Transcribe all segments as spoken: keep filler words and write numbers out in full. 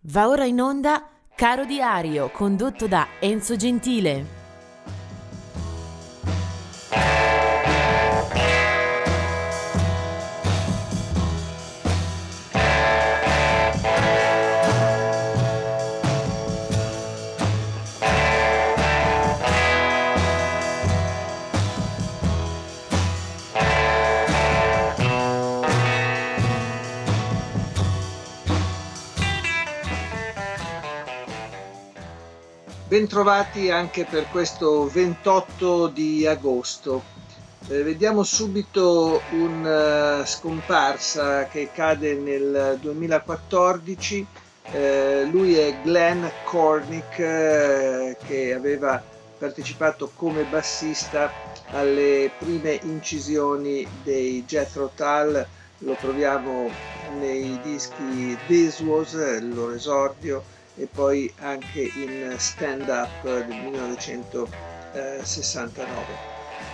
Va ora in onda Caro Diario, condotto da Enzo Gentile. Bentrovati anche per questo ventotto di agosto. Eh, vediamo subito una uh, scomparsa che cade nel duemilaquattordici. Eh, lui è Glenn Cornick, eh, che aveva partecipato come bassista alle prime incisioni dei Jethro Tull. Lo troviamo nei dischi This Was, il loro esordio, e poi anche in Stand Up del millenovecentosessantanove.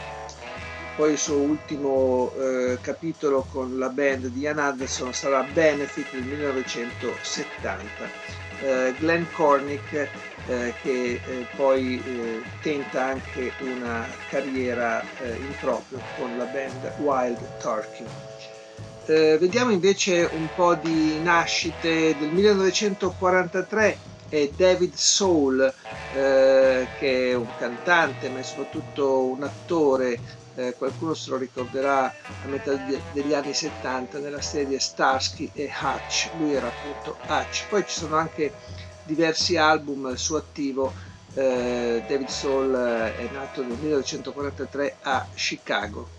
Poi il suo ultimo eh, capitolo con la band di Ian Anderson sarà Benefit del millenovecentosettanta. Eh, Glenn Cornick eh, che eh, poi eh, tenta anche una carriera eh, in proprio con la band Wild Turkey. Eh, vediamo invece un po' di nascite. Del millenovecentoquarantatré è David Soul, eh, che è un cantante ma è soprattutto un attore. Eh, qualcuno se lo ricorderà a metà degli anni settanta nella serie Starsky e Hutch. Lui era appunto Hutch. Poi ci sono anche diversi album al suo attivo. eh, David Soul è nato nel millenovecentoquarantatré a Chicago.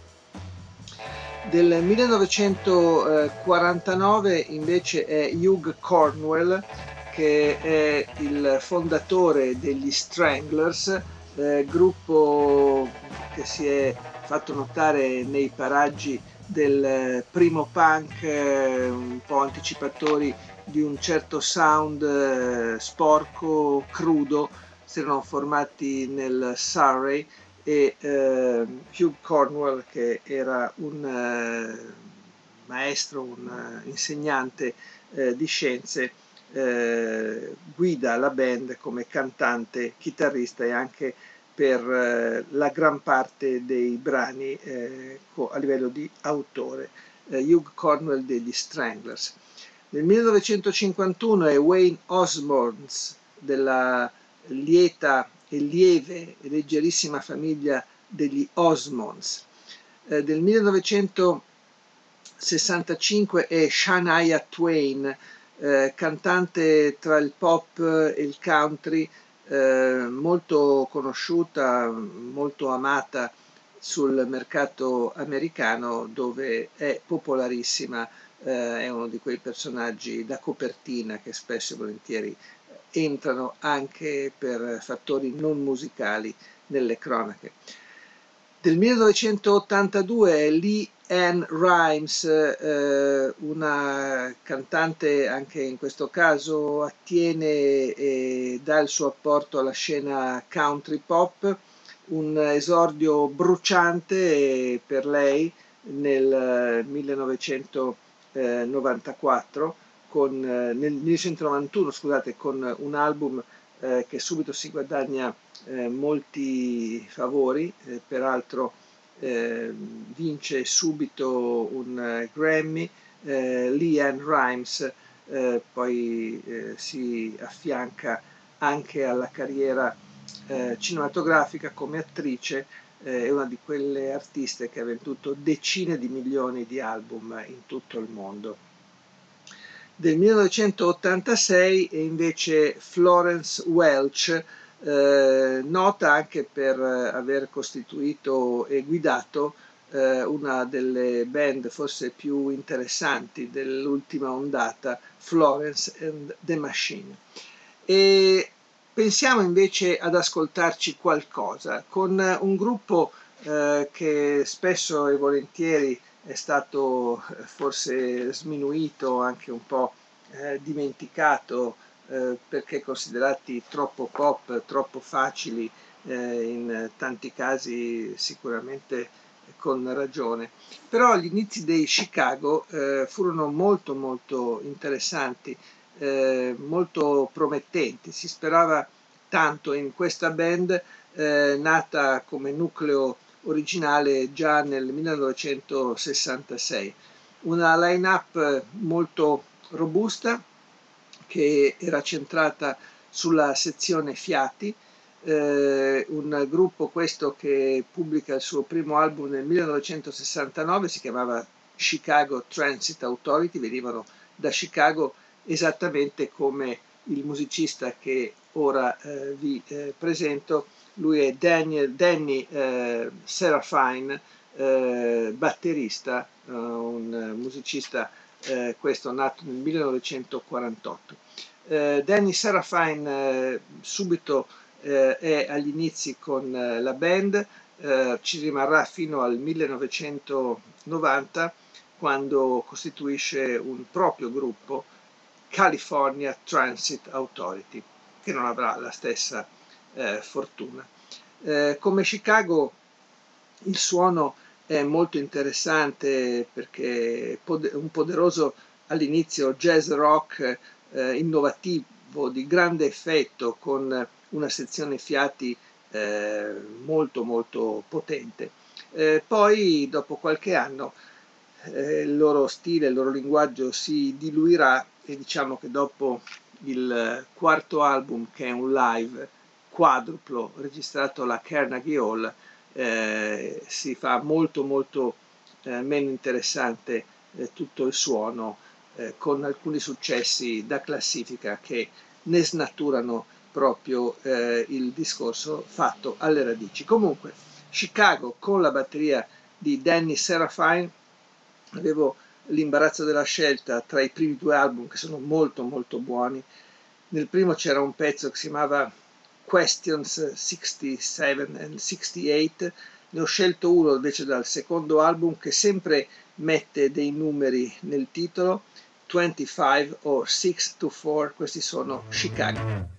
Del millenovecentoquarantanove invece è Hugh Cornwell, che è il fondatore degli Stranglers, eh, gruppo che si è fatto notare nei paraggi del primo punk, eh, un po' anticipatori di un certo sound eh, sporco, crudo. Si erano formati nel Surrey e eh, Hugh Cornwell, che era un eh, maestro, un uh, insegnante eh, di scienze, eh, guida la band come cantante, chitarrista e anche per eh, la gran parte dei brani eh, a livello di autore. Eh, Hugh Cornwell degli Stranglers. Nel millenovecentocinquantuno è Wayne Osborne della lieta e lieve e leggerissima famiglia degli Osmonds. Eh, del millenovecentosessantacinque è Shania Twain, eh, cantante tra il pop e il country, eh, molto conosciuta, molto amata sul mercato americano, dove è popolarissima. Eh, è uno di quei personaggi da copertina che spesso e volentieri entrano anche per fattori non musicali nelle cronache. Del millenovecentottantadue è Lee Ann Rimes, eh, una cantante anche in questo caso attiene e dà il suo apporto alla scena country pop, un esordio bruciante per lei nel millenovecentonovantaquattro, con, nel millenovecentonovantuno scusate, con un album eh, che subito si guadagna eh, molti favori, eh, peraltro eh, vince subito un eh, Grammy. eh, Lee Ann Rimes eh, poi eh, si affianca anche alla carriera eh, cinematografica come attrice. eh, è una di quelle artiste che ha venduto decine di milioni di album in tutto il mondo. Del millenovecentottantasei è invece Florence Welch, eh, nota anche per aver costituito e guidato eh, una delle band forse più interessanti dell'ultima ondata, Florence and the Machine. E pensiamo invece ad ascoltarci qualcosa con un gruppo eh, che spesso e volentieri è stato forse sminuito, anche un po' eh, dimenticato, eh, perché considerati troppo pop, troppo facili, eh, in tanti casi sicuramente con ragione. Però gli inizi dei Chicago eh, furono molto molto interessanti. eh, molto promettenti. Si sperava tanto in questa band eh, nata come nucleo originale già nel millenovecentosessantasei. Una line-up molto robusta che era centrata sulla sezione fiati, eh, un gruppo questo che pubblica il suo primo album nel millenovecentosessantanove, si chiamava Chicago Transit Authority, venivano da Chicago esattamente come il musicista che ora eh, vi eh, presento. Lui è Daniel, Danny eh, Serafine, eh, batterista, eh, un musicista eh, questo nato nel millenovecentoquarantotto. Eh, Danny Serafine eh, subito eh, è agli inizi con eh, la band, eh, ci rimarrà fino al millenovecentonovanta, quando costituisce un proprio gruppo, California Transit Authority, che non avrà la stessa eh, fortuna. Eh, come Chicago il suono è molto interessante perché è un poderoso all'inizio jazz rock eh, innovativo, di grande effetto, con una sezione fiati eh, molto molto potente. Eh, poi dopo qualche anno eh, il loro stile, il loro linguaggio si diluirà e diciamo che dopo il quarto album, che è un live quadruplo registrato alla Carnegie Hall, eh, si fa molto molto eh, meno interessante eh, tutto il suono, eh, con alcuni successi da classifica che ne snaturano proprio eh, il discorso fatto alle radici. Comunque Chicago, con la batteria di Danny Serafine, avevo l'imbarazzo della scelta tra i primi due album, che sono molto molto buoni. Nel primo c'era un pezzo che si chiamava Questions sessantasette and sessantotto, ne ho scelto uno invece dal secondo album, che sempre mette dei numeri nel titolo, venticinque o sei to quattro. Questi sono Chicago.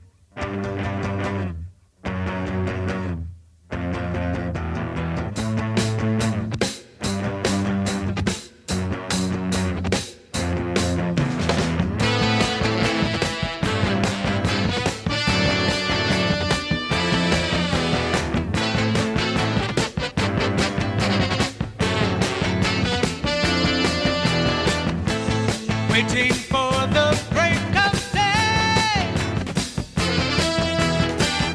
Waiting for the break of day,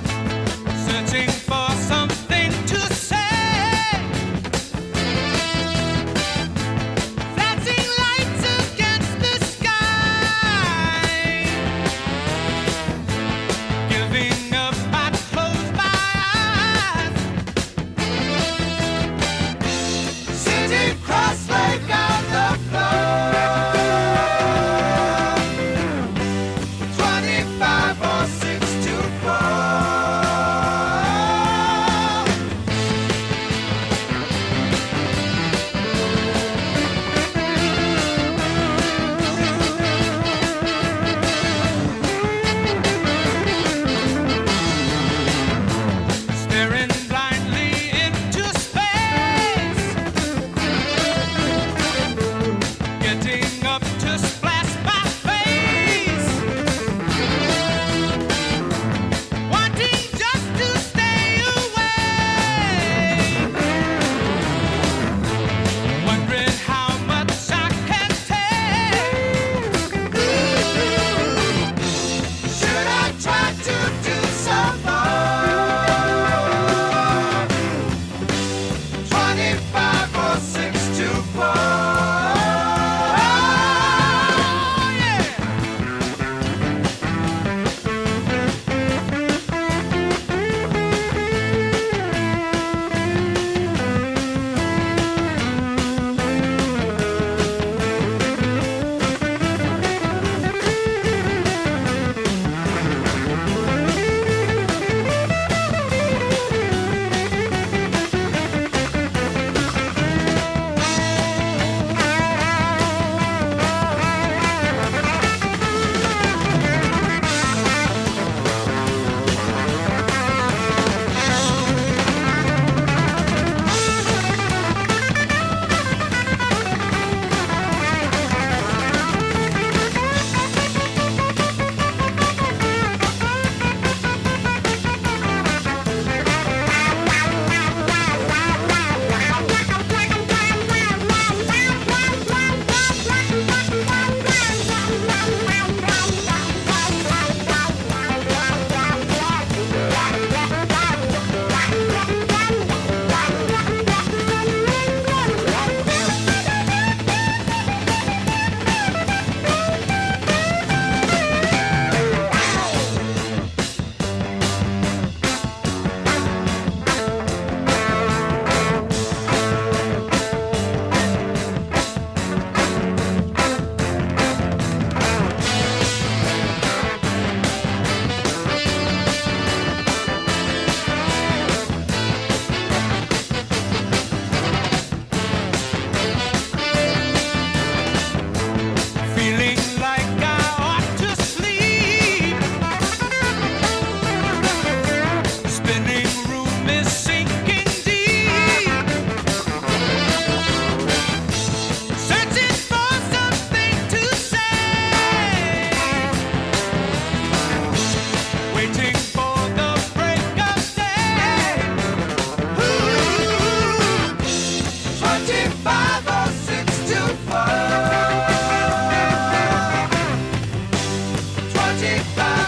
città.